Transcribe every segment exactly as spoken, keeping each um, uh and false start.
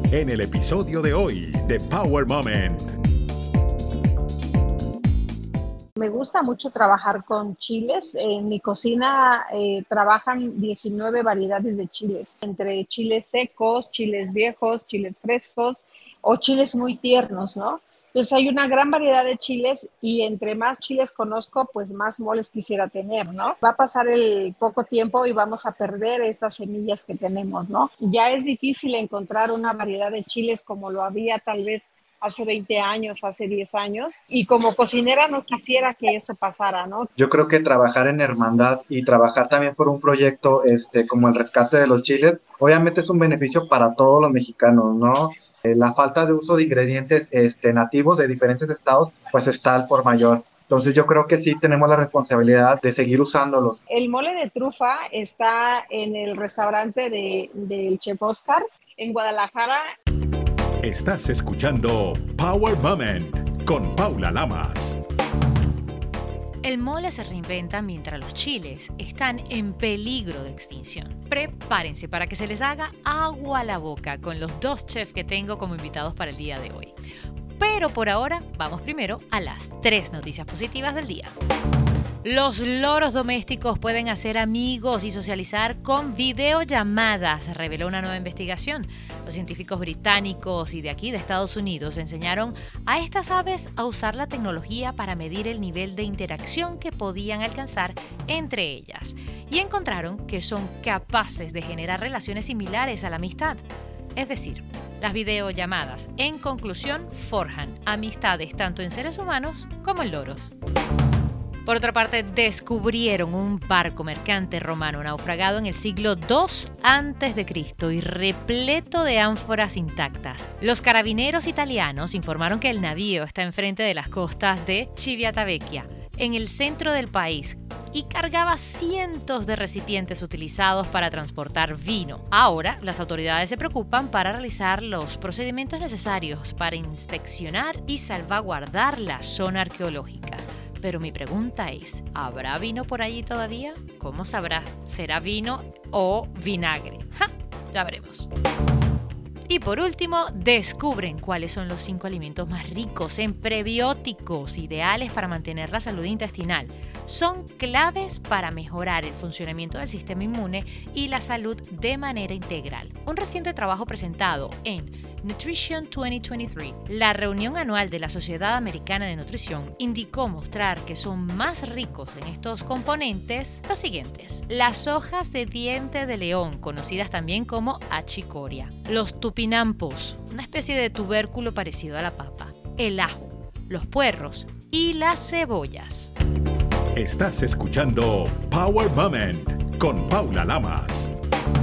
en el episodio de hoy de Power Moment. Me gusta mucho trabajar con chiles. En mi cocina eh, trabajan diecinueve variedades de chiles, entre chiles secos, chiles viejos, chiles frescos o chiles muy tiernos, ¿no? Entonces hay una gran variedad de chiles y entre más chiles conozco, pues más moles quisiera tener, ¿no? Va a pasar el poco tiempo y vamos a perder estas semillas que tenemos, ¿no? Ya es difícil encontrar una variedad de chiles como lo había tal vez hace veinte años, hace diez años, y como cocinera no quisiera que eso pasara, ¿no? Yo creo que trabajar en hermandad y trabajar también por un proyecto este, como el rescate de los chiles, obviamente es un beneficio para todos los mexicanos, ¿no? Eh, la falta de uso de ingredientes este, nativos de diferentes estados, pues está al por mayor. Entonces yo creo que sí tenemos la responsabilidad de seguir usándolos. El mole de trufa está en el restaurante de, del Chef Oscar en Guadalajara. Estás escuchando Power Moment con Paula Lamas. El mole se reinventa mientras los chiles están en peligro de extinción. Prepárense para que se les haga agua a la boca con los dos chefs que tengo como invitados para el día de hoy. Pero por ahora, vamos primero a las tres noticias positivas del día. Los loros domésticos pueden hacer amigos y socializar con videollamadas, reveló una nueva investigación. Los científicos británicos y de aquí de Estados Unidos enseñaron a estas aves a usar la tecnología para medir el nivel de interacción que podían alcanzar entre ellas y encontraron que son capaces de generar relaciones similares a la amistad. Es decir, las videollamadas, en conclusión, forjan amistades tanto en seres humanos como en loros. Por otra parte, descubrieron un barco mercante romano naufragado en el siglo dos antes de Cristo y repleto de ánforas intactas. Los carabineros italianos informaron que el navío está enfrente de las costas de Civitavecchia, en el centro del país, y cargaba cientos de recipientes utilizados para transportar vino. Ahora, las autoridades se preocupan para realizar los procedimientos necesarios para inspeccionar y salvaguardar la zona arqueológica. Pero mi pregunta es, ¿habrá vino por allí todavía? ¿Cómo sabrá? ¿Será vino o vinagre? ¡Ja! Ya veremos. Y por último, descubren cuáles son los cinco alimentos más ricos en prebióticos, ideales para mantener la salud intestinal. Son claves para mejorar el funcionamiento del sistema inmune y la salud de manera integral. Un reciente trabajo presentado en Nutrition dos mil veintitrés, la reunión anual de la Sociedad Americana de Nutrición, indicó mostrar que son más ricos en estos componentes los siguientes: las hojas de diente de león, conocidas también como achicoria, los tupinampos, una especie de tubérculo parecido a la papa, el ajo, los puerros y las cebollas. Estás escuchando Power Moment con Paula Lamas.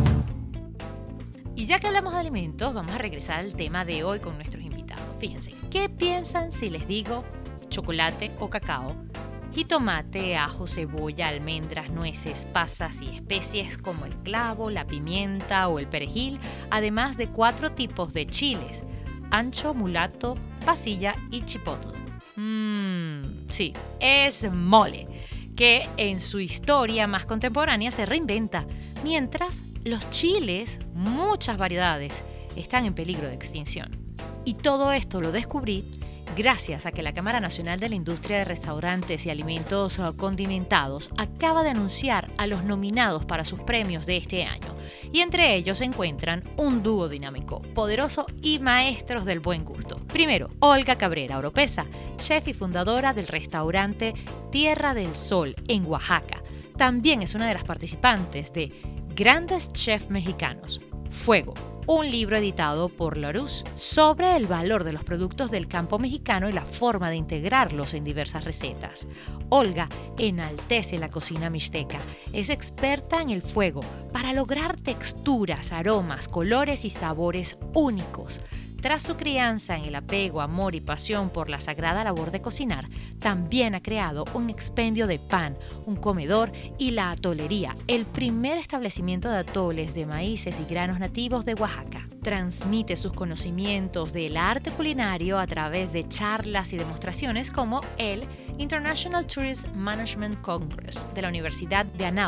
Y ya que hablamos de alimentos, vamos a regresar al tema de hoy con nuestros invitados. Fíjense, ¿qué piensan si les digo chocolate o cacao? Jitomate, ajo, cebolla, almendras, nueces, pasas y especies como el clavo, la pimienta o el perejil, además de cuatro tipos de chiles: ancho, mulato, pasilla y chipotle. Mmm, sí, es mole, que en su historia más contemporánea se reinventa, mientras los chiles, muchas variedades, están en peligro de extinción. Y todo esto lo descubrí gracias a que la Cámara Nacional de la Industria de Restaurantes y Alimentos Condimentados acaba de anunciar a los nominados para sus premios de este año. Y entre ellos se encuentran un dúo dinámico, poderoso y maestros del buen gusto. Primero, Olga Cabrera Oropesa, chef y fundadora del restaurante Tierra del Sol en Oaxaca. También es una de las participantes de Grandes Chefs Mexicanos, Fuego, un libro editado por Larousse sobre el valor de los productos del campo mexicano y la forma de integrarlos en diversas recetas. Olga enaltece la cocina mixteca, es experta en el fuego para lograr texturas, aromas, colores y sabores únicos. Tras su crianza en el apego, amor y pasión por la sagrada labor de cocinar, también ha creado un expendio de pan, un comedor y la atolería, el primer establecimiento de atoles de maíces y granos nativos de Oaxaca. Transmite sus conocimientos del arte culinario a través de charlas y demostraciones como el International Tourist Management Congress de la Universidad de Anáhuac,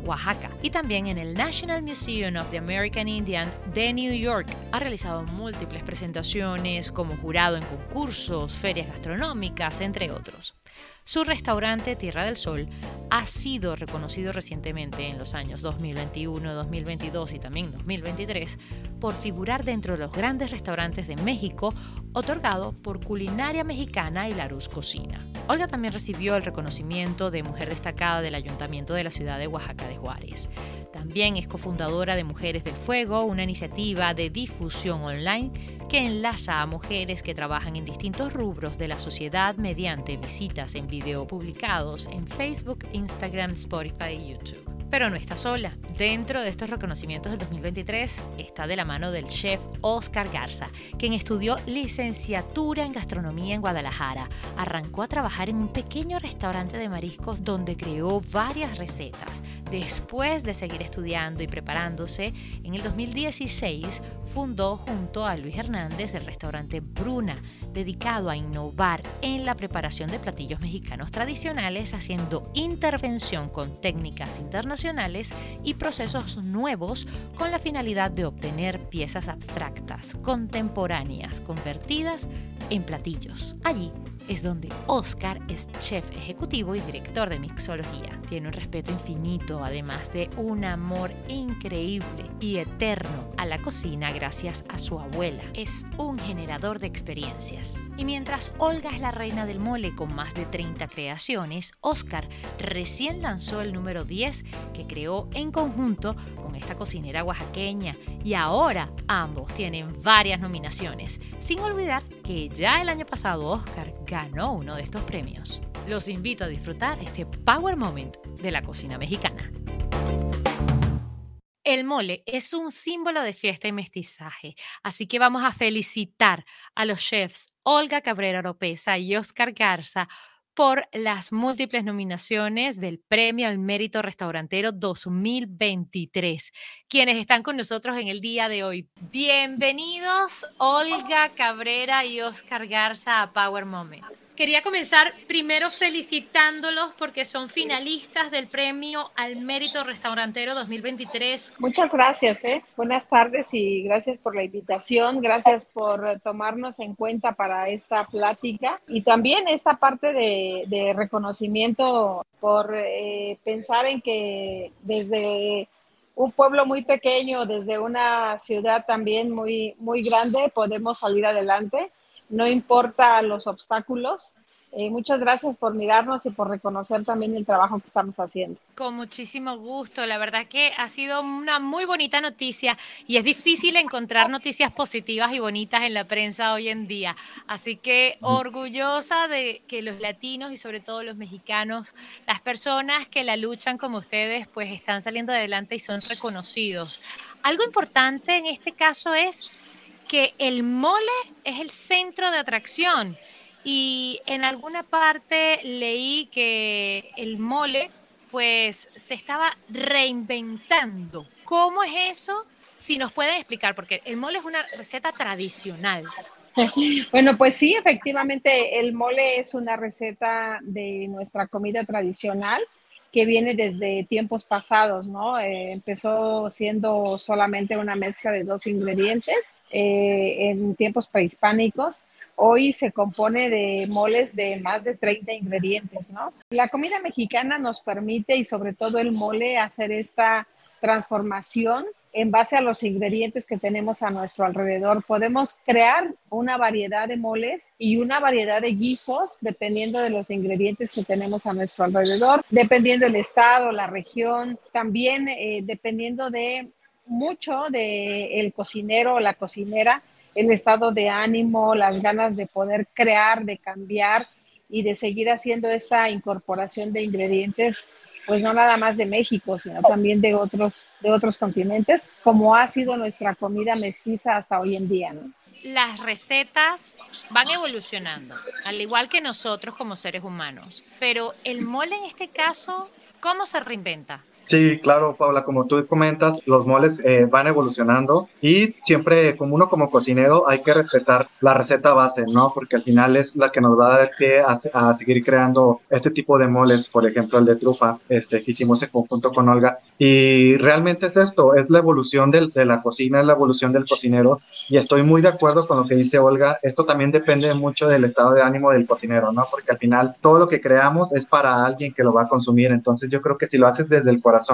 Oaxaca. Y también en el National Museum of the American Indian de New York. Ha realizado múltiples presentaciones como jurado en concursos, ferias gastronómicas, entre otros. Su restaurante Tierra del Sol ha sido reconocido recientemente en los años dos mil veintiuno, dos mil veintidós y también dos mil veintitrés por figurar dentro de los grandes restaurantes de México, otorgado por Culinaria Mexicana y Larus Cocina. Olga también recibió el reconocimiento de Mujer Destacada del Ayuntamiento de la ciudad de Oaxaca de Juárez. También es cofundadora de Mujeres del Fuego, una iniciativa de difusión online que enlaza a mujeres que trabajan en distintos rubros de la sociedad mediante visitas en video publicados en Facebook, Instagram, Spotify y YouTube. Pero no está sola. Dentro de estos reconocimientos del dos mil veintitrés está de la mano del chef Óscar Garza, quien estudió licenciatura en gastronomía en Guadalajara. Arrancó a trabajar en un pequeño restaurante de mariscos donde creó varias recetas. Después de seguir estudiando y preparándose, en el dos mil dieciséis fundó junto a Luis Hernández el restaurante Bruna, dedicado a innovar en la preparación de platillos mexicanos tradicionales, haciendo intervención con técnicas internacionales y procesos nuevos con la finalidad de obtener piezas abstractas, contemporáneas, convertidas en platillos. Allí es donde Óscar es chef ejecutivo y director de mixología. Tiene un respeto infinito, además de un amor increíble y eterno a la cocina gracias a su abuela. Es un generador de experiencias. Y mientras Olga es la reina del mole con más de treinta creaciones, Óscar recién lanzó el número diez que creó en conjunto con esta cocinera oaxaqueña. Y ahora ambos tienen varias nominaciones. Sin olvidar que ya el año pasado Óscar ganó uno de estos premios. Los invito a disfrutar este Power Moment de la cocina mexicana. El mole es un símbolo de fiesta y mestizaje, así que vamos a felicitar a los chefs Olga Cabrera Oropesa y Óscar Garza por las múltiples nominaciones del Premio al Mérito Restaurantero dos mil veintitrés, quienes están con nosotros en el día de hoy. Bienvenidos Olga Cabrera y Óscar Garza a Power Moment. Quería comenzar primero felicitándolos porque son finalistas del Premio al Mérito Restaurantero dos mil veintitrés. Muchas gracias, ¿eh? Buenas tardes y gracias por la invitación, gracias por tomarnos en cuenta para esta plática y también esta parte de, de reconocimiento por eh, pensar en que desde un pueblo muy pequeño, desde una ciudad también muy, muy grande, podemos salir adelante. No importa los obstáculos. Eh, muchas gracias por mirarnos y por reconocer también el trabajo que estamos haciendo. Con muchísimo gusto. La verdad que ha sido una muy bonita noticia y es difícil encontrar noticias positivas y bonitas en la prensa hoy en día. Así que orgullosa de que los latinos y sobre todo los mexicanos, las personas que la luchan como ustedes, pues están saliendo adelante y son reconocidos. Algo importante en este caso es que el mole es el centro de atracción y en alguna parte leí que el mole pues se estaba reinventando. ¿Cómo es eso? Si nos pueden explicar, porque el mole es una receta tradicional. Bueno, pues sí, efectivamente el mole es una receta de nuestra comida tradicional que viene desde tiempos pasados, ¿no? Eh, empezó siendo solamente una mezcla de dos ingredientes eh, en tiempos prehispánicos. Hoy se compone de moles de más de treinta ingredientes, ¿no? La comida mexicana nos permite, y sobre todo el mole, hacer esta transformación en base a los ingredientes que tenemos a nuestro alrededor. Podemos crear una variedad de moles y una variedad de guisos dependiendo de los ingredientes que tenemos a nuestro alrededor, dependiendo del estado, la región, también eh, dependiendo de mucho del cocinero o la cocinera, el estado de ánimo, las ganas de poder crear, de cambiar y de seguir haciendo esta incorporación de ingredientes, pues no nada más de México, sino también de otros, de otros continentes, como ha sido nuestra comida mestiza hasta hoy en día, ¿no? Las recetas van evolucionando, al igual que nosotros como seres humanos, pero el mole en este caso, ¿cómo se reinventa? Sí, claro, Paula, como tú comentas, los moles eh, van evolucionando y siempre, como uno como cocinero, hay que respetar la receta base, ¿no? Porque al final es la que nos va a dar pie a, a seguir creando este tipo de moles, por ejemplo, el de trufa, este, que hicimos en conjunto con Olga. Y realmente es esto, es la evolución del, de la cocina, es la evolución del cocinero. Y estoy muy de acuerdo con lo que dice Olga. Esto también depende mucho del estado de ánimo del cocinero, ¿no? Porque al final todo lo que creamos es para alguien que lo va a consumir. Entonces yo creo que si lo haces desde el corazón,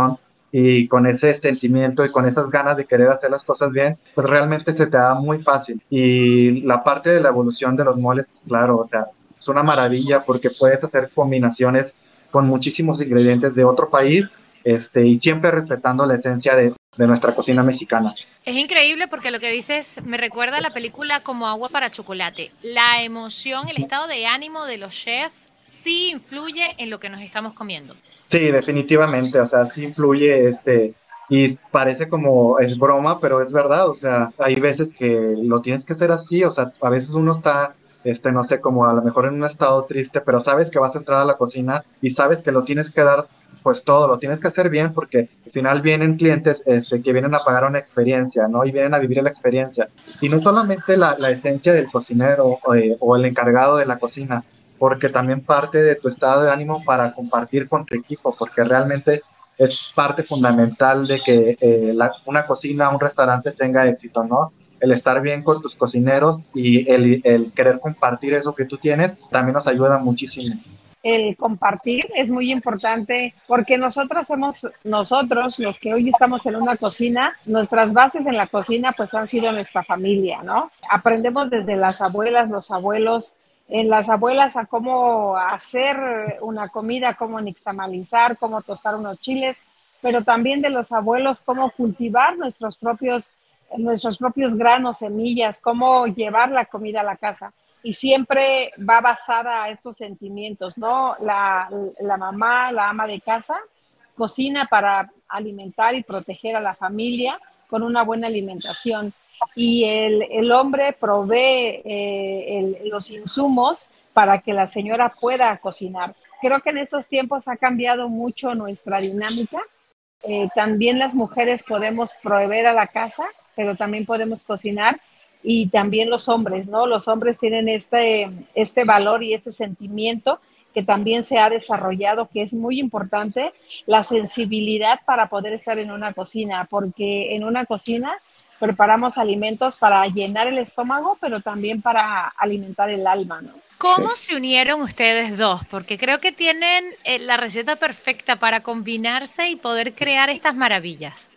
y con ese sentimiento y con esas ganas de querer hacer las cosas bien, pues realmente se te da muy fácil. Y la parte de la evolución de los moles, pues claro, o sea, es una maravilla porque puedes hacer combinaciones con muchísimos ingredientes de otro país, este, y siempre respetando la esencia de, de nuestra cocina mexicana. Es increíble porque lo que dices me recuerda a la película Como agua para chocolate. La emoción, el estado de ánimo de los chefs sí influye en lo que nos estamos comiendo. Sí, definitivamente, o sea, sí influye, este, y parece como es broma, pero es verdad, o sea, hay veces que lo tienes que hacer así, o sea, a veces uno está, este, no sé, como a lo mejor en un estado triste, pero sabes que vas a entrar a la cocina y sabes que lo tienes que dar, pues todo, lo tienes que hacer bien porque al final vienen clientes, este, que vienen a pagar una experiencia, ¿no? Y vienen a vivir la experiencia. Y no solamente la, la esencia del cocinero eh, o el encargado de la cocina, porque también parte de tu estado de ánimo para compartir con tu equipo, porque realmente es parte fundamental de que eh, la, una cocina, un restaurante tenga éxito, ¿no? El estar bien con tus cocineros y el, el querer compartir eso que tú tienes también nos ayuda muchísimo. El compartir es muy importante porque nosotros somos, nosotros los que hoy estamos en una cocina, nuestras bases en la cocina pues han sido nuestra familia, ¿no? Aprendemos desde las abuelas, los abuelos, en las abuelas a cómo hacer una comida, cómo nixtamalizar, cómo tostar unos chiles, pero también de los abuelos cómo cultivar nuestros propios, nuestros propios granos, semillas, cómo llevar la comida a la casa. Y siempre va basada a estos sentimientos, ¿no? La, la mamá, la ama de casa, cocina para alimentar y proteger a la familia con una buena alimentación. Y el, el hombre provee eh, el, los insumos para que la señora pueda cocinar. Creo que en estos tiempos ha cambiado mucho nuestra dinámica. Eh, también las mujeres podemos proveer a la casa, pero también podemos cocinar. Y también los hombres, ¿no? Los hombres tienen este, este valor y este sentimiento que también se ha desarrollado, que es muy importante, la sensibilidad para poder estar en una cocina, porque en una cocina preparamos alimentos para llenar el estómago, pero también para alimentar el alma, ¿no? ¿Cómo se unieron ustedes dos? Porque creo que tienen eh, la receta perfecta para combinarse y poder crear estas maravillas.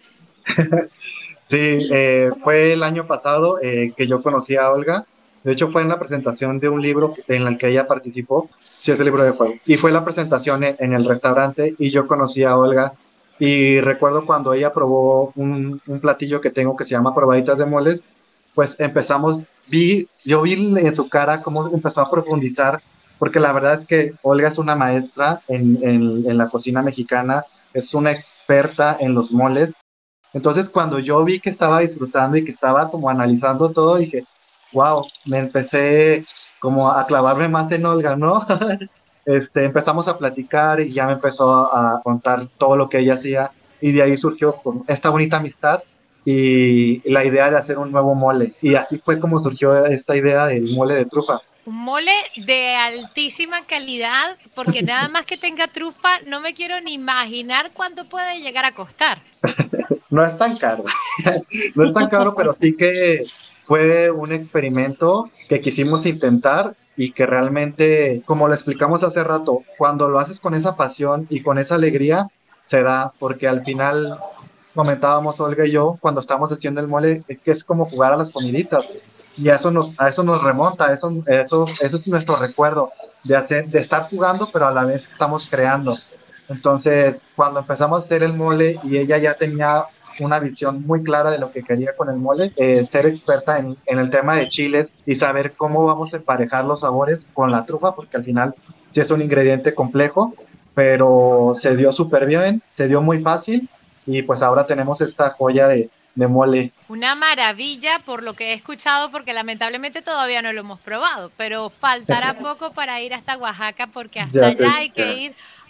Sí, eh, fue el año pasado eh, que yo conocí a Olga. De hecho, fue en la presentación de un libro en el que ella participó. Sí, es el libro de fuego. Y fue la presentación en, en el restaurante y yo conocí a Olga. Y recuerdo cuando ella probó un, un platillo que tengo que se llama probaditas de moles, pues empezamos, vi, yo vi en su cara cómo empezó a profundizar, porque la verdad es que Olga es una maestra en, en, en la cocina mexicana, es una experta en los moles. Entonces, cuando yo vi que estaba disfrutando y que estaba como analizando todo, dije, wow, me empecé como a clavarme más en Olga, ¿no? Este, empezamos a platicar y ya me empezó a contar todo lo que ella hacía y de ahí surgió como esta bonita amistad y la idea de hacer un nuevo mole. Y así fue como surgió esta idea del mole de trufa. Un mole de altísima calidad, porque nada más que tenga trufa, no me quiero ni imaginar cuánto puede llegar a costar. No es tan caro, no es tan caro, pero sí que fue un experimento que quisimos intentar y que realmente, como lo explicamos hace rato, cuando lo haces con esa pasión y con esa alegría, se da, porque al final comentábamos Olga y yo cuando estábamos haciendo el mole, es que es como jugar a las comiditas y a eso nos, a eso nos remonta, eso, eso, eso es nuestro recuerdo de, hacer, de estar jugando, pero a la vez estamos creando. Entonces, cuando empezamos a hacer el mole y ella ya tenía una visión muy clara de lo que quería con el mole, eh, ser experta en, en el tema de chiles y saber cómo vamos a emparejar los sabores con la trufa, porque al final sí es un ingrediente complejo, pero se dio súper bien, se dio muy fácil y pues ahora tenemos esta joya de, de mole. Una maravilla por lo que he escuchado, porque lamentablemente todavía no lo hemos probado, pero faltará poco para ir hasta Oaxaca, porque hasta allá hay que ir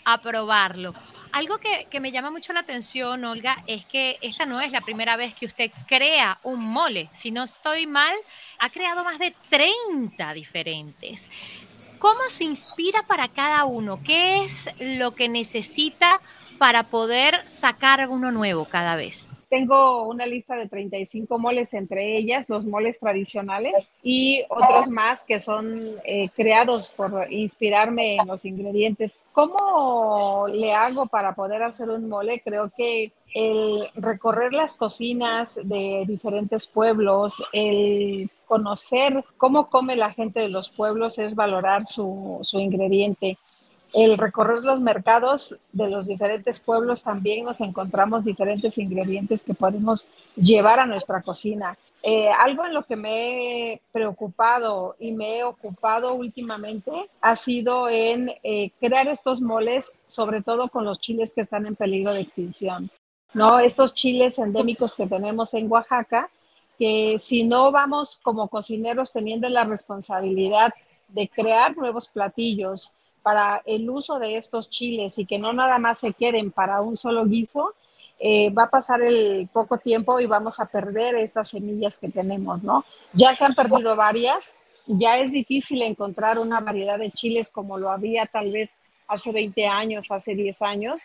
a probarlo. Algo que, que me llama mucho la atención, Olga, es que esta no es la primera vez que usted crea un mole. Si no estoy mal, ha creado más de treinta diferentes. ¿Cómo se inspira para cada uno? ¿Qué es lo que necesita para poder sacar uno nuevo cada vez? Tengo una lista de treinta y cinco moles, entre ellas los moles tradicionales y otros más que son eh, creados por inspirarme en los ingredientes. ¿Cómo le hago para poder hacer un mole? Creo que el recorrer las cocinas de diferentes pueblos, el conocer cómo come la gente de los pueblos es valorar su, su ingrediente. El recorrer los mercados de los diferentes pueblos también nos encontramos diferentes ingredientes que podemos llevar a nuestra cocina. Eh, algo en lo que me he preocupado y me he ocupado últimamente ha sido en eh, crear estos moles, sobre todo con los chiles que están en peligro de extinción, ¿no? Estos chiles endémicos que tenemos en Oaxaca, que si no vamos como cocineros teniendo la responsabilidad de crear nuevos platillos para el uso de estos chiles y que no nada más se queden para un solo guiso, eh, va a pasar el poco tiempo y vamos a perder estas semillas que tenemos, ¿no? Ya se han perdido varias, ya es difícil encontrar una variedad de chiles como lo había tal vez hace veinte años, hace diez años,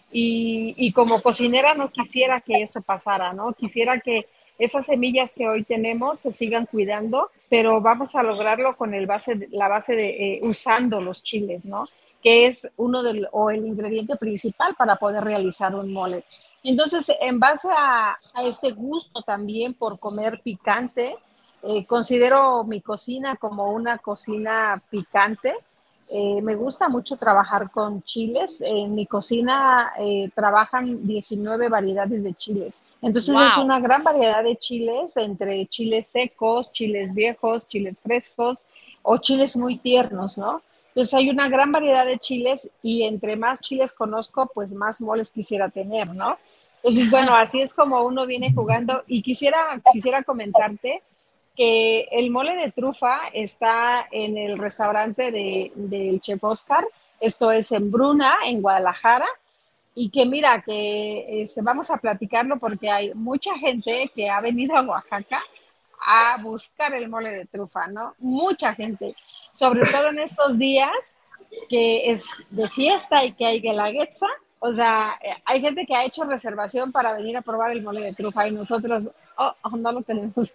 y, y como cocinera no quisiera que eso pasara, ¿no? Quisiera que esas semillas que hoy tenemos se sigan cuidando, pero vamos a lograrlo con el base, la base de eh, usando los chiles, ¿no? Que es uno del, o el ingrediente principal para poder realizar un mole. Entonces, en base a, a este gusto también por comer picante, eh, considero mi cocina como una cocina picante. Eh, me gusta mucho trabajar con chiles. En mi cocina eh, trabajan diecinueve variedades de chiles. Entonces wow. Es una gran variedad de chiles, entre chiles secos, chiles viejos, chiles frescos o chiles muy tiernos, ¿no? Entonces hay una gran variedad de chiles y entre más chiles conozco, pues más moles quisiera tener, ¿no? Entonces, bueno, así es como uno viene jugando. Y quisiera, quisiera comentarte que el mole de trufa está en el restaurante de, del Chef Oscar, esto es en Bruna, en Guadalajara, y que mira, que este, vamos a platicarlo porque hay mucha gente que ha venido a Oaxaca a buscar el mole de trufa, ¿no? Mucha gente, sobre todo en estos días que es de fiesta y que hay guelaguetza. O sea, hay gente que ha hecho reservación para venir a probar el mole de trufa y nosotros, oh, oh no lo tenemos.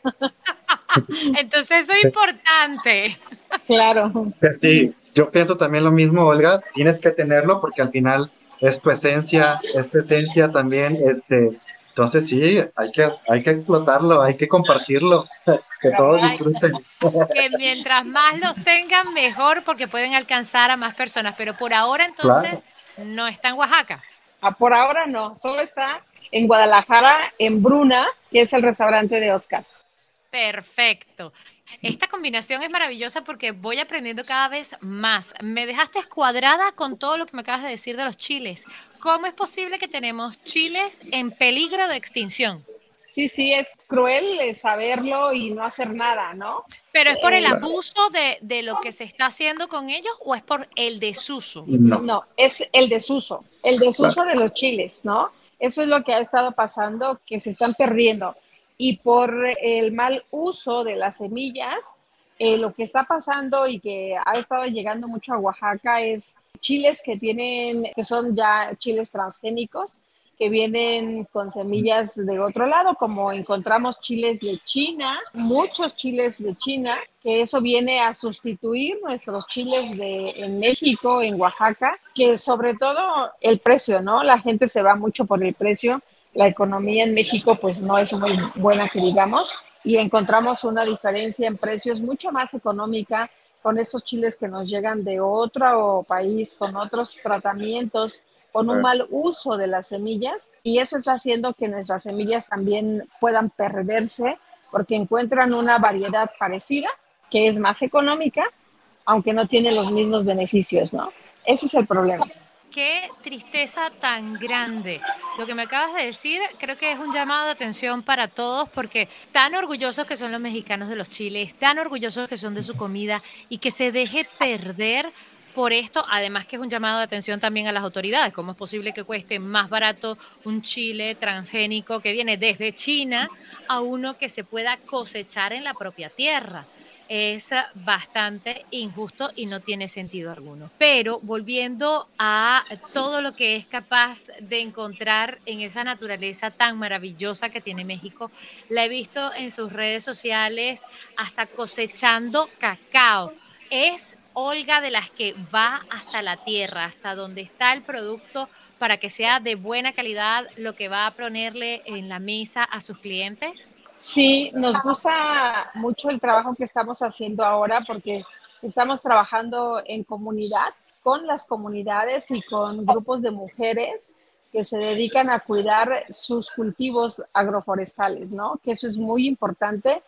Entonces eso es importante. Claro. Sí, yo pienso también lo mismo, Olga. Tienes que tenerlo porque al final es tu esencia, es tu esencia también. Este, entonces sí, hay que, hay que explotarlo, hay que compartirlo, que todos disfruten. Que mientras más los tengan, mejor, porque pueden alcanzar a más personas. Pero por ahora, entonces, claro, no está en Oaxaca. Ah, por ahora no, solo está en Guadalajara, en Bruna, que es el restaurante de Oscar. Perfecto. Esta combinación es maravillosa porque voy aprendiendo cada vez más. Me dejaste escuadrada con todo lo que me acabas de decir de los chiles. ¿Cómo es posible que tenemos chiles en peligro de extinción? Sí, sí, es cruel saberlo y no hacer nada, ¿no? ¿Pero es por el abuso de, de lo que se está haciendo con ellos o es por el desuso? No, no, es el desuso, el desuso claro. de los chiles, ¿no? Eso es lo que ha estado pasando, que se están perdiendo. Y por el mal uso de las semillas, eh, lo que está pasando y que ha estado llegando mucho a Oaxaca es chiles que tienen, que son ya chiles transgénicos, que vienen con semillas de otro lado, como encontramos chiles de China, muchos chiles de China, que eso viene a sustituir nuestros chiles de en México, en Oaxaca, que sobre todo el precio, ¿no? La gente se va mucho por el precio. La economía en México pues no es muy buena que digamos y encontramos una diferencia en precios mucho más económica con estos chiles que nos llegan de otro país, con otros tratamientos, con un mal uso de las semillas y eso está haciendo que nuestras semillas también puedan perderse porque encuentran una variedad parecida que es más económica, aunque no tiene los mismos beneficios, ¿no? Ese es el problema. Qué tristeza tan grande. Lo que me acabas de decir creo que es un llamado de atención para todos porque tan orgullosos que son los mexicanos de los chiles, tan orgullosos que son de su comida y que se deje perder por esto, además que es un llamado de atención también a las autoridades, ¿cómo es posible que cueste más barato un chile transgénico que viene desde China a uno que se pueda cosechar en la propia tierra? Es bastante injusto y no tiene sentido alguno. Pero volviendo a todo lo que es capaz de encontrar en esa naturaleza tan maravillosa que tiene México, la he visto en sus redes sociales hasta cosechando cacao. Es Olga de las que va hasta la tierra, hasta donde está el producto para que sea de buena calidad lo que va a ponerle en la mesa a sus clientes. Sí, nos gusta mucho el trabajo que estamos haciendo ahora porque estamos trabajando en comunidad, con las comunidades y con grupos de mujeres que se dedican a cuidar sus cultivos agroforestales, ¿no? Que eso es muy importante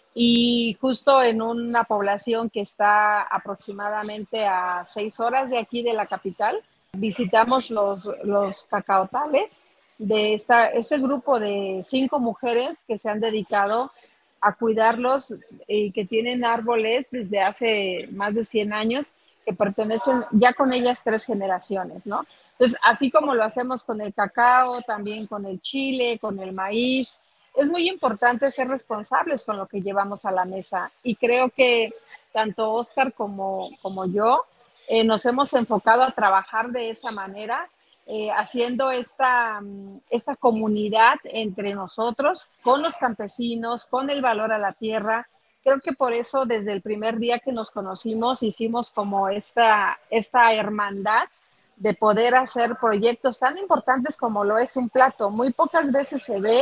y justo en una población que está aproximadamente a seis horas de aquí de la capital, visitamos los, los cacaotales de esta, este grupo de cinco mujeres que se han dedicado a cuidarlos y que tienen árboles desde hace más de cien años que pertenecen ya con ellas tres generaciones, ¿no? Entonces, así como lo hacemos con el cacao, también con el chile, con el maíz, es muy importante ser responsables con lo que llevamos a la mesa. Y creo que tanto Oscar como, como yo eh, nos hemos enfocado a trabajar de esa manera, eh, haciendo esta, esta comunidad entre nosotros, con los campesinos, con el valor a la tierra. Creo que por eso desde el primer día que nos conocimos hicimos como esta, esta hermandad de poder hacer proyectos tan importantes como lo es un plato. Muy pocas veces se ve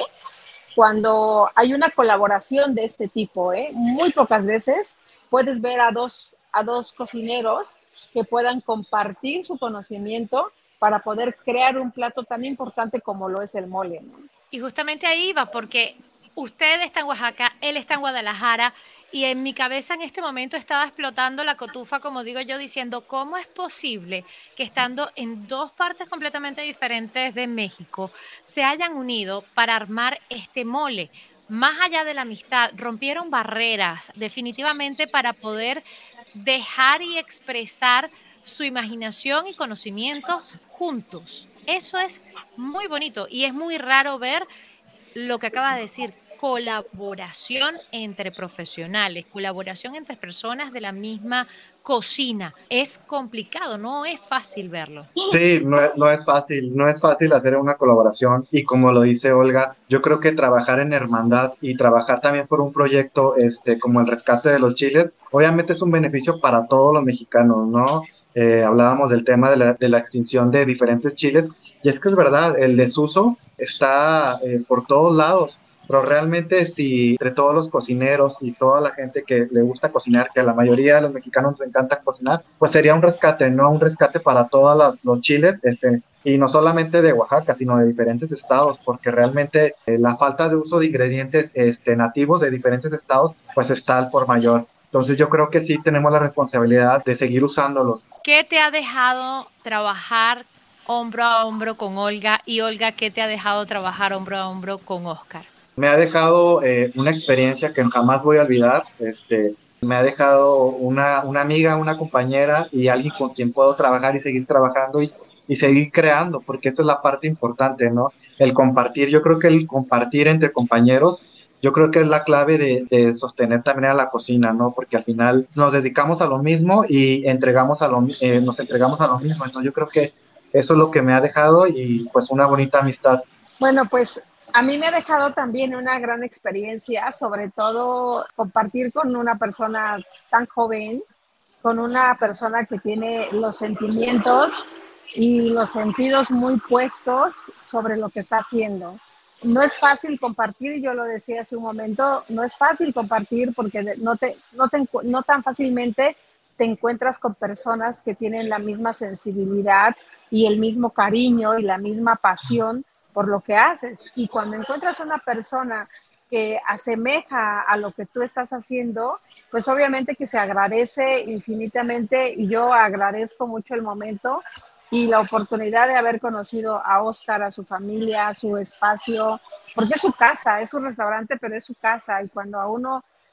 cuando hay una colaboración de este tipo, ¿eh? Muy pocas veces puedes ver a dos, a dos cocineros que puedan compartir su conocimiento para poder crear un plato tan importante como lo es el mole, ¿no? Y justamente ahí va, porque usted está en Oaxaca, él está en Guadalajara, y en mi cabeza en este momento estaba explotando la cotufa, como digo yo, diciendo, ¿cómo es posible que estando en dos partes completamente diferentes de México se hayan unido para armar este mole? Más allá de la amistad, rompieron barreras definitivamente para poder dejar y expresar su imaginación y conocimientos juntos. Eso es muy bonito y es muy raro ver lo que acaba de decir, colaboración entre profesionales, colaboración entre personas de la misma cocina. Es complicado, no es fácil verlo. Sí, no, es- no es fácil, no es fácil hacer una colaboración y como lo dice Olga, yo creo que trabajar en hermandad y trabajar también por un proyecto este, como el rescate de los chiles, obviamente es un beneficio para todos los mexicanos, ¿no? Eh, hablábamos del tema de la, de la extinción de diferentes chiles y es que es verdad, el desuso está eh, por todos lados. Pero realmente si entre todos los cocineros y toda la gente que le gusta cocinar, que a la mayoría de los mexicanos les encanta cocinar, pues sería un rescate, ¿no? Un rescate para todos los chiles, este, y no solamente de Oaxaca, sino de diferentes estados, porque realmente eh, la falta de uso de ingredientes este, nativos de diferentes estados, pues está al por mayor. Entonces yo creo que sí tenemos la responsabilidad de seguir usándolos. ¿Qué te ha dejado trabajar hombro a hombro con Olga? Y Olga, ¿qué te ha dejado trabajar hombro a hombro con Oscar? Me ha dejado eh, una experiencia que jamás voy a olvidar. Este, me ha dejado una, una amiga, una compañera y alguien con quien puedo trabajar y seguir trabajando y, y seguir creando, porque esa es la parte importante, ¿no? El compartir. Yo creo que el compartir entre compañeros, yo creo que es la clave de, de sostener también a la cocina, ¿no? Porque al final nos dedicamos a lo mismo y entregamos a lo, mi- eh, nos entregamos a lo mismo. Entonces yo creo que eso es lo que me ha dejado y pues una bonita amistad. Bueno, pues a mí me ha dejado también una gran experiencia, sobre todo compartir con una persona tan joven, con una persona que tiene los sentimientos y los sentidos muy puestos sobre lo que está haciendo. No es fácil compartir, yo lo decía hace un momento, no es fácil compartir porque de- no, te, no, te encu- no tan fácilmente te encuentras con personas que tienen la misma sensibilidad y el mismo cariño y la misma pasión por lo que haces. Y cuando encuentras una persona que asemeja a lo que tú estás haciendo, pues obviamente que se agradece infinitamente y yo agradezco mucho el momento y la oportunidad de haber conocido a Oscar, a su familia, a su espacio, porque es su casa, es su restaurante, pero es su casa y cuando a uno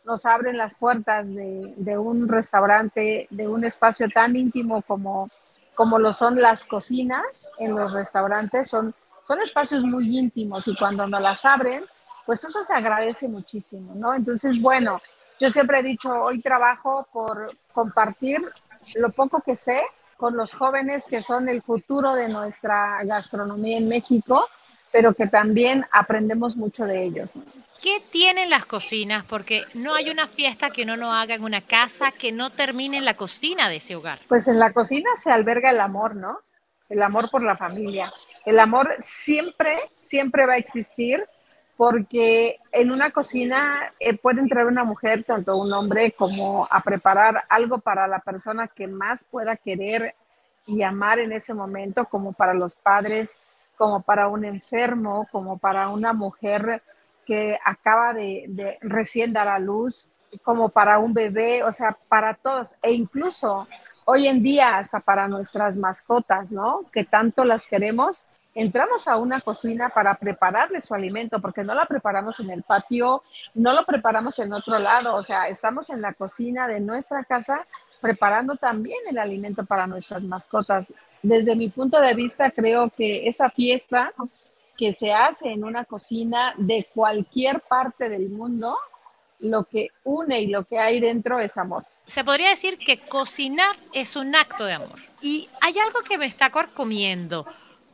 nos abren las puertas de, de un restaurante, de un espacio tan íntimo como, como lo son las cocinas en los restaurantes. Son, son espacios muy íntimos y cuando nos las abren, pues eso se agradece muchísimo, ¿no? Entonces, bueno, yo siempre he dicho, hoy trabajo por compartir lo poco que sé con los jóvenes que son el futuro de nuestra gastronomía en México, pero que también aprendemos mucho de ellos, ¿no? ¿Qué tienen las cocinas? Porque no hay una fiesta que uno no haga en una casa que no termine en la cocina de ese hogar. Pues en la cocina se alberga el amor, ¿no? El amor por la familia. El amor siempre, siempre va a existir porque en una cocina eh, puede entrar una mujer, tanto un hombre, como a preparar algo para la persona que más pueda querer y amar en ese momento, como para los padres, como para un enfermo, como para una mujer que acaba de, de recién dar a luz, como para un bebé, o sea, para todos, e incluso hoy en día hasta para nuestras mascotas, ¿no? Que tanto las queremos, entramos a una cocina para prepararle su alimento, porque no la preparamos en el patio, no lo preparamos en otro lado, o sea, estamos en la cocina de nuestra casa preparando también el alimento para nuestras mascotas. Desde mi punto de vista, creo que esa fiesta que se hace en una cocina de cualquier parte del mundo, lo que une y lo que hay dentro es amor. Se podría decir que cocinar es un acto de amor. Y hay algo que me está corcomiendo.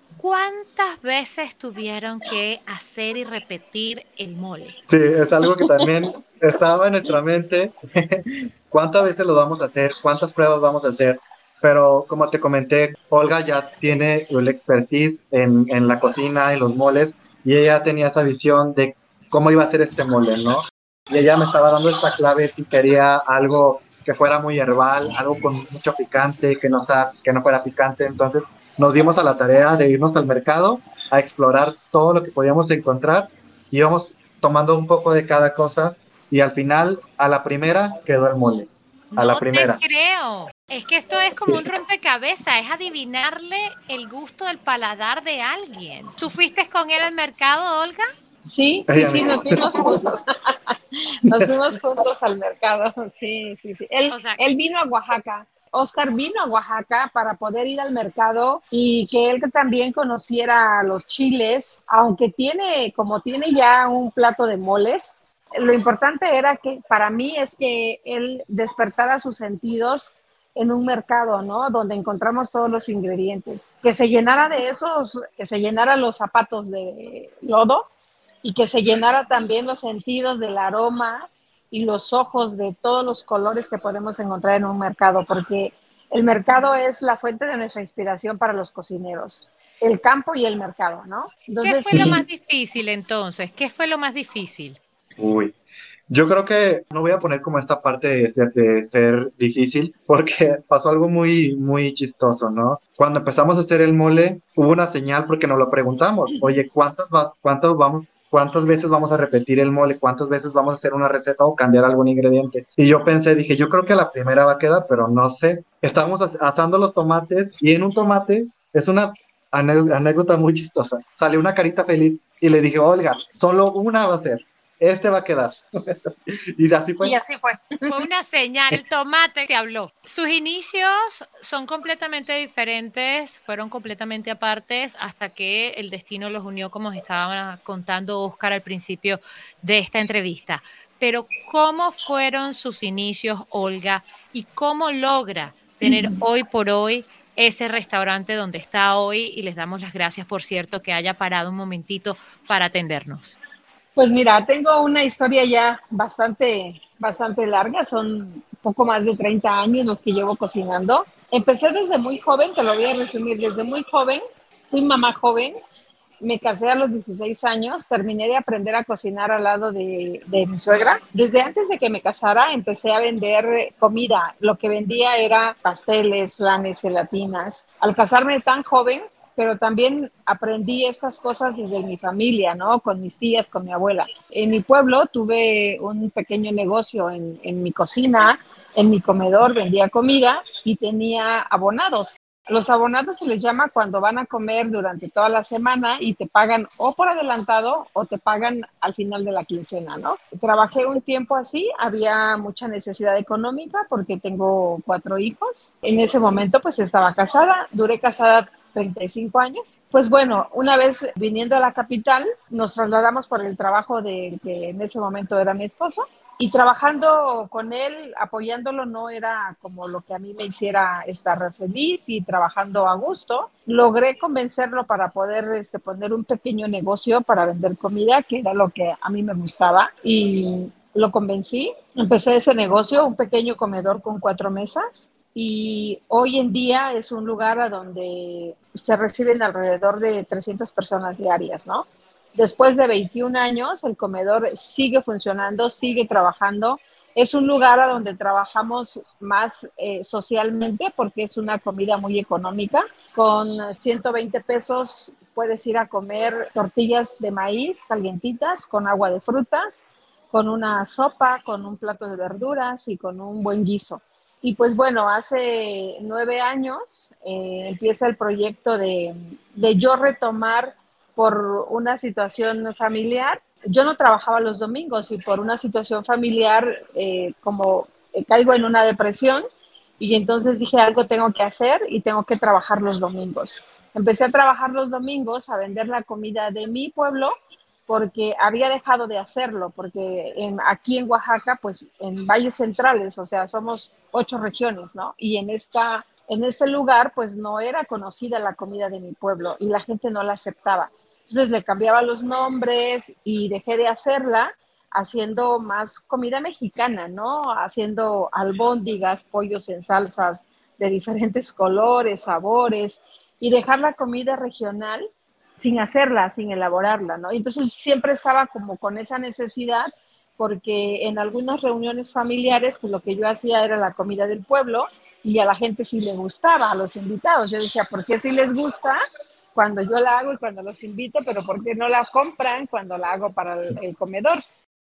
¿Cuántas veces tuvieron que hacer y repetir el mole? Sí, es algo que también estaba en nuestra mente. ¿Cuántas veces lo vamos a hacer? ¿Cuántas pruebas vamos a hacer? Pero como te comenté, Olga ya tiene el expertise en, en la cocina, en los moles, y ella tenía esa visión de cómo iba a ser este mole, ¿no? Y ella me estaba dando esta clave si quería algo que fuera muy herbal, algo con mucho picante, que no, está, que no fuera picante. Entonces nos dimos a la tarea de irnos al mercado a explorar todo lo que podíamos encontrar, y íbamos tomando un poco de cada cosa, y al final, a la primera, quedó el mole. A la No primera. te creo. Es que esto es como un rompecabezas, es adivinarle el gusto del paladar de alguien. ¿Tú fuiste con él al mercado, Olga? Sí, sí, sí, nos fuimos juntos. Nos fuimos juntos al mercado, sí, sí, sí. Él, O sea, él vino a Oaxaca. Oscar vino a Oaxaca para poder ir al mercado y que él también conociera los chiles, aunque tiene, como tiene ya un plato de moles. Lo importante era que, para mí, es que él despertara sus sentidos en un mercado, ¿no? Donde encontramos todos los ingredientes. Que se llenara de esos, que se llenara los zapatos de lodo y que se llenara también los sentidos del aroma y los ojos de todos los colores que podemos encontrar en un mercado, porque el mercado es la fuente de nuestra inspiración para los cocineros. El campo y el mercado, ¿no? Entonces, ¿qué fue sí. lo más difícil entonces? ¿Qué fue lo más difícil? Uy, yo creo que no voy a poner como esta parte de ser, de ser difícil, porque pasó algo muy, muy chistoso, ¿no? Cuando empezamos a hacer el mole, hubo una señal porque nos lo preguntamos, oye, ¿cuántas, vas, cuántas, vamos, ¿cuántas veces vamos a repetir el mole? ¿Cuántas veces vamos a hacer una receta o cambiar algún ingrediente? Y yo pensé, dije, yo creo que la primera va a quedar, pero no sé. Estábamos asando los tomates y en un tomate, es una anécdota muy chistosa, salió una carita feliz y le dije, Olga, solo una va a ser. Este va a quedar. Y así fue. Y así fue. Fue una señal, el tomate te habló. Sus inicios son completamente diferentes, fueron completamente apartes hasta que el destino los unió, como estaba contando Oscar al principio de esta entrevista. Pero ¿cómo fueron sus inicios, Olga? ¿Y cómo logra tener hoy por hoy ese restaurante donde está hoy? Y les damos las gracias, por cierto, que haya parado un momentito para atendernos. Pues mira, tengo una historia ya bastante, bastante larga, son poco más de treinta años los que llevo cocinando. Empecé desde muy joven, te lo voy a resumir, desde muy joven, fui mamá joven, me casé a los dieciséis años, terminé de aprender a cocinar al lado de, de mi suegra. Desde antes de que me casara empecé a vender comida, lo que vendía era pasteles, flanes, gelatinas. Al casarme tan joven, pero también aprendí estas cosas desde mi familia, ¿no? Con mis tías, con mi abuela. En mi pueblo tuve un pequeño negocio en, en mi cocina, en mi comedor, vendía comida y tenía abonados. Los abonados se les llama cuando van a comer durante toda la semana y te pagan o por adelantado o te pagan al final de la quincena, ¿no? Trabajé un tiempo así, había mucha necesidad económica porque tengo cuatro hijos. En ese momento pues estaba casada, duré casada treinta y cinco años. Pues bueno, una vez viniendo a la capital, nos trasladamos por el trabajo de que en ese momento era mi esposo. Y trabajando con él, apoyándolo, no era como lo que a mí me hiciera estar feliz y trabajando a gusto. Logré convencerlo para poder este, poner un pequeño negocio para vender comida, que era lo que a mí me gustaba. Y lo convencí. Empecé ese negocio, un pequeño comedor con cuatro mesas. Y hoy en día es un lugar a donde se reciben alrededor de trescientas personas diarias, ¿no? Después de veintiún años, el comedor sigue funcionando, sigue trabajando. Es un lugar a donde trabajamos más eh, socialmente porque es una comida muy económica. Con ciento veinte pesos puedes ir a comer tortillas de maíz calientitas con agua de frutas, con una sopa, con un plato de verduras y con un buen guiso. Y pues bueno, hace nueve años eh, empieza el proyecto de, de yo retomar por una situación familiar. Yo no trabajaba los domingos y por una situación familiar eh, como eh, caigo en una depresión y entonces dije algo tengo que hacer y tengo que trabajar los domingos. Empecé a trabajar los domingos, a vender la comida de mi pueblo porque había dejado de hacerlo, porque en, aquí en Oaxaca, pues en valles centrales, o sea, somos ocho regiones, ¿no? Y en esta, en este lugar, pues no era conocida la comida de mi pueblo y la gente no la aceptaba. Entonces le cambiaba los nombres y dejé de hacerla haciendo más comida mexicana, ¿no? Haciendo albóndigas, pollos en salsas de diferentes colores, sabores y dejar la comida regional sin hacerla, sin elaborarla, ¿no? Entonces siempre estaba como con esa necesidad porque en algunas reuniones familiares, pues lo que yo hacía era la comida del pueblo y a la gente sí le gustaba, a los invitados. Yo decía, ¿por qué sí les gusta cuando yo la hago y cuando los invito, pero por qué no la compran cuando la hago para el, el comedor?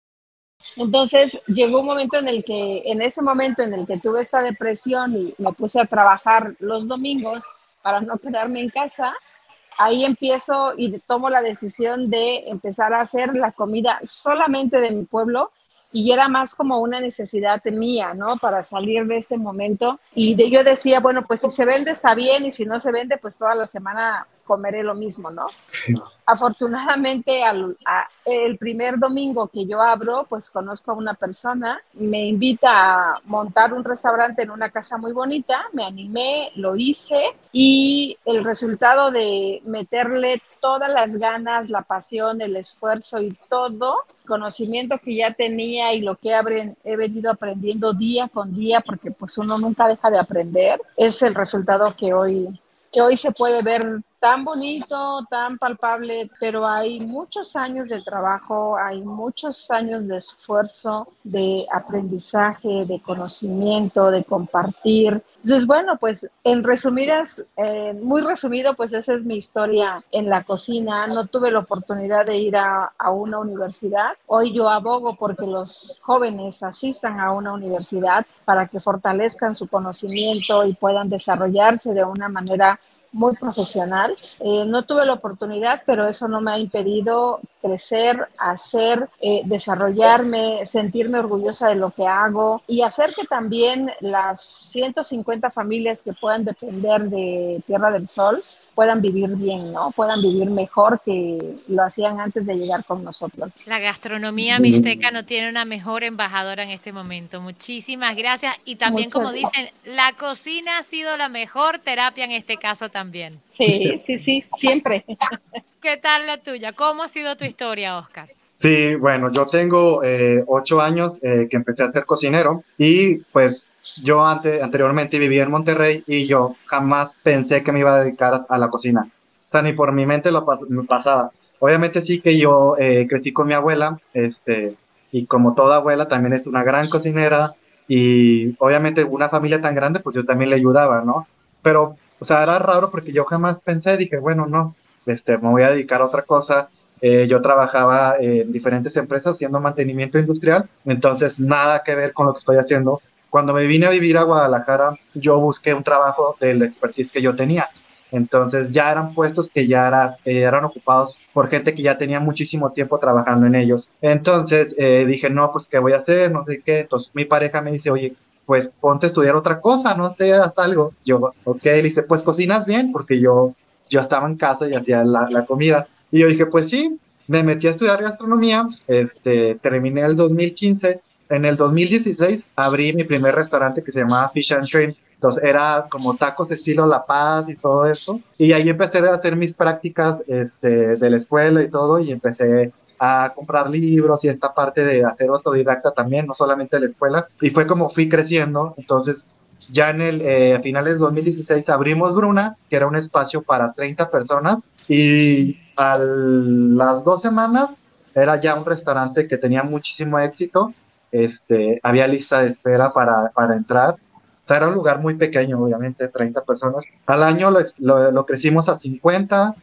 Entonces llegó un momento en el que, en ese momento en el que tuve esta depresión y me puse a trabajar los domingos para no quedarme en casa, ahí empiezo y tomo la decisión de empezar a hacer la comida solamente de mi pueblo y era más como una necesidad mía, ¿no? Para salir de este momento y de, yo decía, bueno, pues si se vende está bien y si no se vende, pues toda la semana comeré lo mismo, ¿no? Afortunadamente, al, a, el primer domingo que yo abro, pues conozco a una persona, me invita a montar un restaurante en una casa muy bonita, me animé, lo hice y el resultado de meterle todas las ganas, la pasión, el esfuerzo y todo, conocimiento que ya tenía y lo que he, he venido aprendiendo día con día, porque pues uno nunca deja de aprender, es el resultado que hoy, que hoy se puede ver tan bonito, tan palpable, pero hay muchos años de trabajo, hay muchos años de esfuerzo, de aprendizaje, de conocimiento, de compartir. Entonces, bueno, pues en resumidas, eh, muy resumido, pues esa es mi historia en la cocina. No tuve la oportunidad de ir a, a una universidad. Hoy yo abogo porque los jóvenes asistan a una universidad para que fortalezcan su conocimiento y puedan desarrollarse de una manera muy profesional. Eh, no tuve la oportunidad, pero eso no me ha impedido crecer, hacer, eh, desarrollarme, sentirme orgullosa de lo que hago y hacer que también las ciento cincuenta familias que puedan depender de Tierra del Sol puedan vivir bien, ¿no? Puedan vivir mejor que lo hacían antes de llegar con nosotros. La gastronomía mixteca no tiene una mejor embajadora en este momento. Muchísimas gracias. Y también, Muchas como dicen, gracias. La cocina ha sido la mejor terapia en este caso también. Sí, sí, sí, siempre. ¿Qué tal la tuya? ¿Cómo ha sido tu historia, Oscar? Sí, bueno, yo tengo eh, ocho años eh, que empecé a ser cocinero y pues yo antes, anteriormente vivía en Monterrey y yo jamás pensé que me iba a dedicar a la cocina. O sea, ni por mi mente lo pas me pasaba. Obviamente sí que yo eh, crecí con mi abuela, este, y como toda abuela también es una gran cocinera y obviamente una familia tan grande, pues yo también le ayudaba, ¿no? Pero, o sea, era raro porque yo jamás pensé, dije, bueno, no, este, me voy a dedicar a otra cosa. Eh, yo trabajaba en diferentes empresas haciendo mantenimiento industrial, entonces nada que ver con lo que estoy haciendo cuando me vine a vivir a Guadalajara, yo busqué un trabajo del expertise que yo tenía. Entonces ya eran puestos que ya era, eh, eran ocupados por gente que ya tenía muchísimo tiempo trabajando en ellos. Entonces eh, dije, no, pues ¿qué voy a hacer? No sé qué. Entonces mi pareja me dice, oye, pues ponte a estudiar otra cosa, no sé, haz algo. Yo, ok, le dice, pues cocinas bien, porque yo, yo estaba en casa y hacía la, la comida. Y yo dije, pues sí, me metí a estudiar gastronomía, este, terminé el dos mil quince. En el dos mil dieciséis abrí mi primer restaurante que se llamaba Fish and Shrimp. Entonces era como tacos estilo La Paz y todo eso. Y ahí empecé a hacer mis prácticas este, de la escuela y todo, y empecé a comprar libros y esta parte de hacer autodidacta también, no solamente de la escuela. Y fue como fui creciendo. Entonces ya en el eh, a finales de dos mil dieciséis abrimos Bruna, que era un espacio para treinta personas, y a las dos semanas era ya un restaurante que tenía muchísimo éxito. Este, había lista de espera para, para entrar. O sea, era un lugar muy pequeño, obviamente, treinta personas. Al año lo, lo, lo crecimos a cincuenta,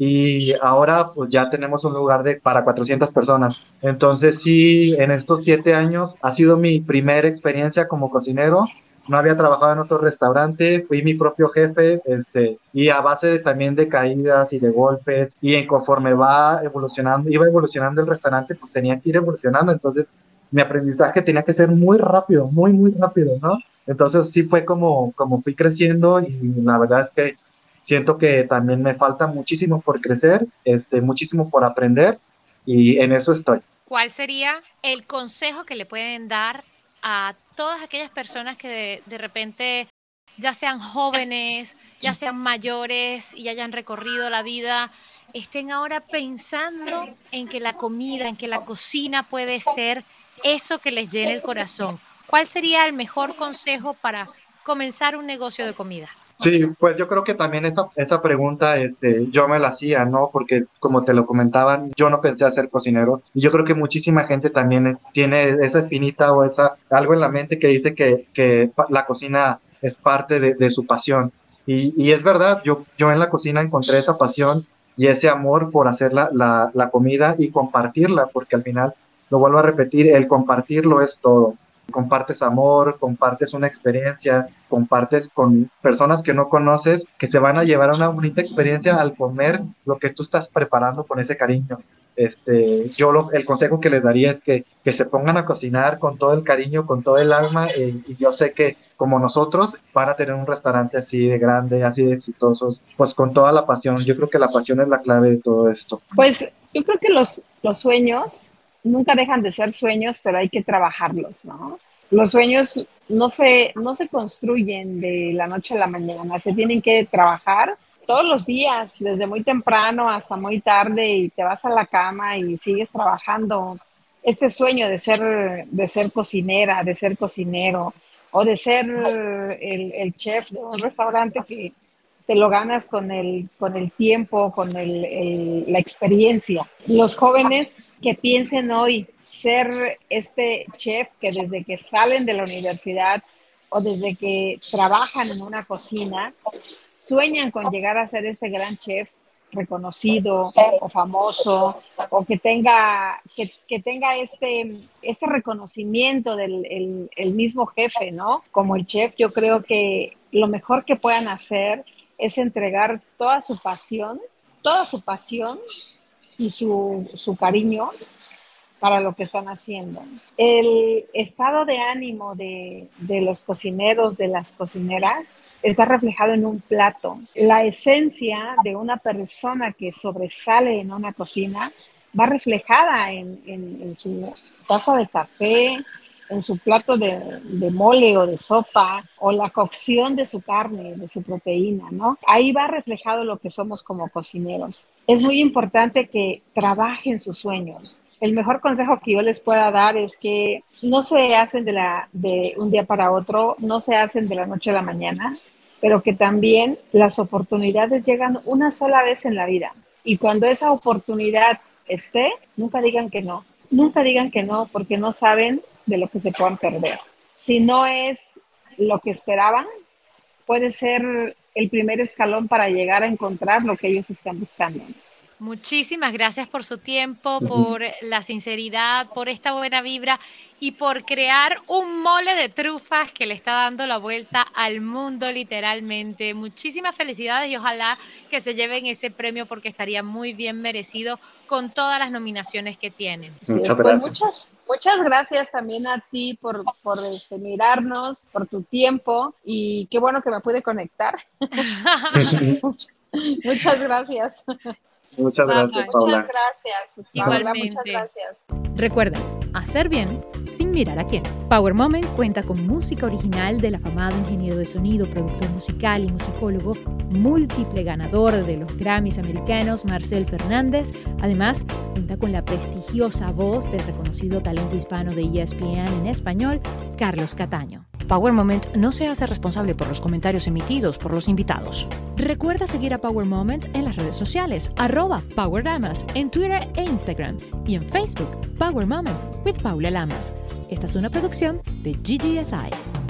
y ahora pues ya tenemos un lugar de, para cuatrocientas personas. Entonces sí, en estos siete años ha sido mi primera experiencia como cocinero. No había trabajado en otro restaurante, fui mi propio jefe, este, y a base de, también de caídas y de golpes, y en conforme va evolucionando, iba evolucionando el restaurante, pues tenía que ir evolucionando. Entonces mi aprendizaje tenía que ser muy rápido, muy, muy rápido, ¿no? Entonces sí fue como, como fui creciendo, y la verdad es que siento que también me falta muchísimo por crecer, este, muchísimo por aprender, y en eso estoy. ¿Cuál sería el consejo que le pueden dar a todas aquellas personas que de, de repente, ya sean jóvenes, ya sean mayores y hayan recorrido la vida, estén ahora pensando en que la comida, en que la cocina puede ser eso que les llene el corazón? ¿Cuál sería el mejor consejo para comenzar un negocio de comida? Sí, pues yo creo que también esa, esa pregunta este, yo me la hacía, ¿no? Porque como te lo comentaban, yo no pensé a ser cocinero, y yo creo que muchísima gente también tiene esa espinita o esa algo en la mente que dice que, que la cocina es parte de, de su pasión. Y, y es verdad, yo, yo en la cocina encontré esa pasión y ese amor por hacer la, la, la comida y compartirla, porque al final, lo vuelvo a repetir, el compartirlo es todo. Compartes amor, compartes una experiencia, compartes con personas que no conoces, que se van a llevar a una bonita experiencia al comer lo que tú estás preparando con ese cariño. Este, yo lo, el consejo que les daría es que, que se pongan a cocinar con todo el cariño, con todo el alma, eh, y yo sé que como nosotros van a tener un restaurante así de grande, así de exitosos, pues con toda la pasión. Yo creo que la pasión es la clave de todo esto. Pues yo creo que los, los sueños nunca dejan de ser sueños, pero hay que trabajarlos, ¿no? Los sueños no se, no se construyen de la noche a la mañana, se tienen que trabajar todos los días, desde muy temprano hasta muy tarde, y te vas a la cama y sigues trabajando. Este sueño de ser, de ser cocinera, de ser cocinero, o de ser el, el chef de un restaurante, que te lo ganas con el, con el tiempo, con el, el, la experiencia. Los jóvenes que piensen hoy ser este chef, que desde que salen de la universidad o desde que trabajan en una cocina, sueñan con llegar a ser este gran chef reconocido o famoso, o que tenga, que, que tenga este, este reconocimiento del el, el mismo jefe, ¿no? Como el chef, yo creo que lo mejor que puedan hacer es entregar toda su pasión, toda su pasión y su, su cariño para lo que están haciendo. El estado de ánimo de, de los cocineros, de las cocineras, está reflejado en un plato. La esencia de una persona que sobresale en una cocina va reflejada en, en, en su taza de café, en su plato de, de mole o de sopa, o la cocción de su carne, de su proteína, ¿no? Ahí va reflejado lo que somos como cocineros. Es muy importante que trabajen sus sueños. El mejor consejo que yo les pueda dar es que no se hacen de, la, de un día para otro, no se hacen de la noche a la mañana, pero que también las oportunidades llegan una sola vez en la vida. Y cuando esa oportunidad esté, nunca digan que no. Nunca digan que no, porque no saben de lo que se puedan perder. Si no es lo que esperaban, puede ser el primer escalón para llegar a encontrar lo que ellos están buscando. Muchísimas gracias por su tiempo, por la sinceridad, por esta buena vibra y por crear un mole de trufas que le está dando la vuelta al mundo literalmente. Muchísimas felicidades y ojalá que se lleven ese premio porque estaría muy bien merecido con todas las nominaciones que tienen. Muchas pues gracias. Muchas, muchas gracias también a ti por, por este, mirarnos, por tu tiempo y qué bueno que me pude conectar. Muchas gracias. Muchas gracias, Paula. Muchas gracias. Paula, muchas gracias. Recuerda, hacer bien sin mirar a quién. Power Moment cuenta con música original del afamado ingeniero de sonido, productor musical y musicólogo, múltiple ganador de los Grammys americanos, Marcel Fernández. Además, cuenta con la prestigiosa voz del reconocido talento hispano de E S P N en español, Carlos Cataño. Power Moment no se hace responsable por los comentarios emitidos por los invitados. Recuerda seguir a Power Moment en las redes sociales, arroba Power Lamas, en Twitter e Instagram, y en Facebook, Power Moment with Paula Lamas. Esta es una producción de G G S I.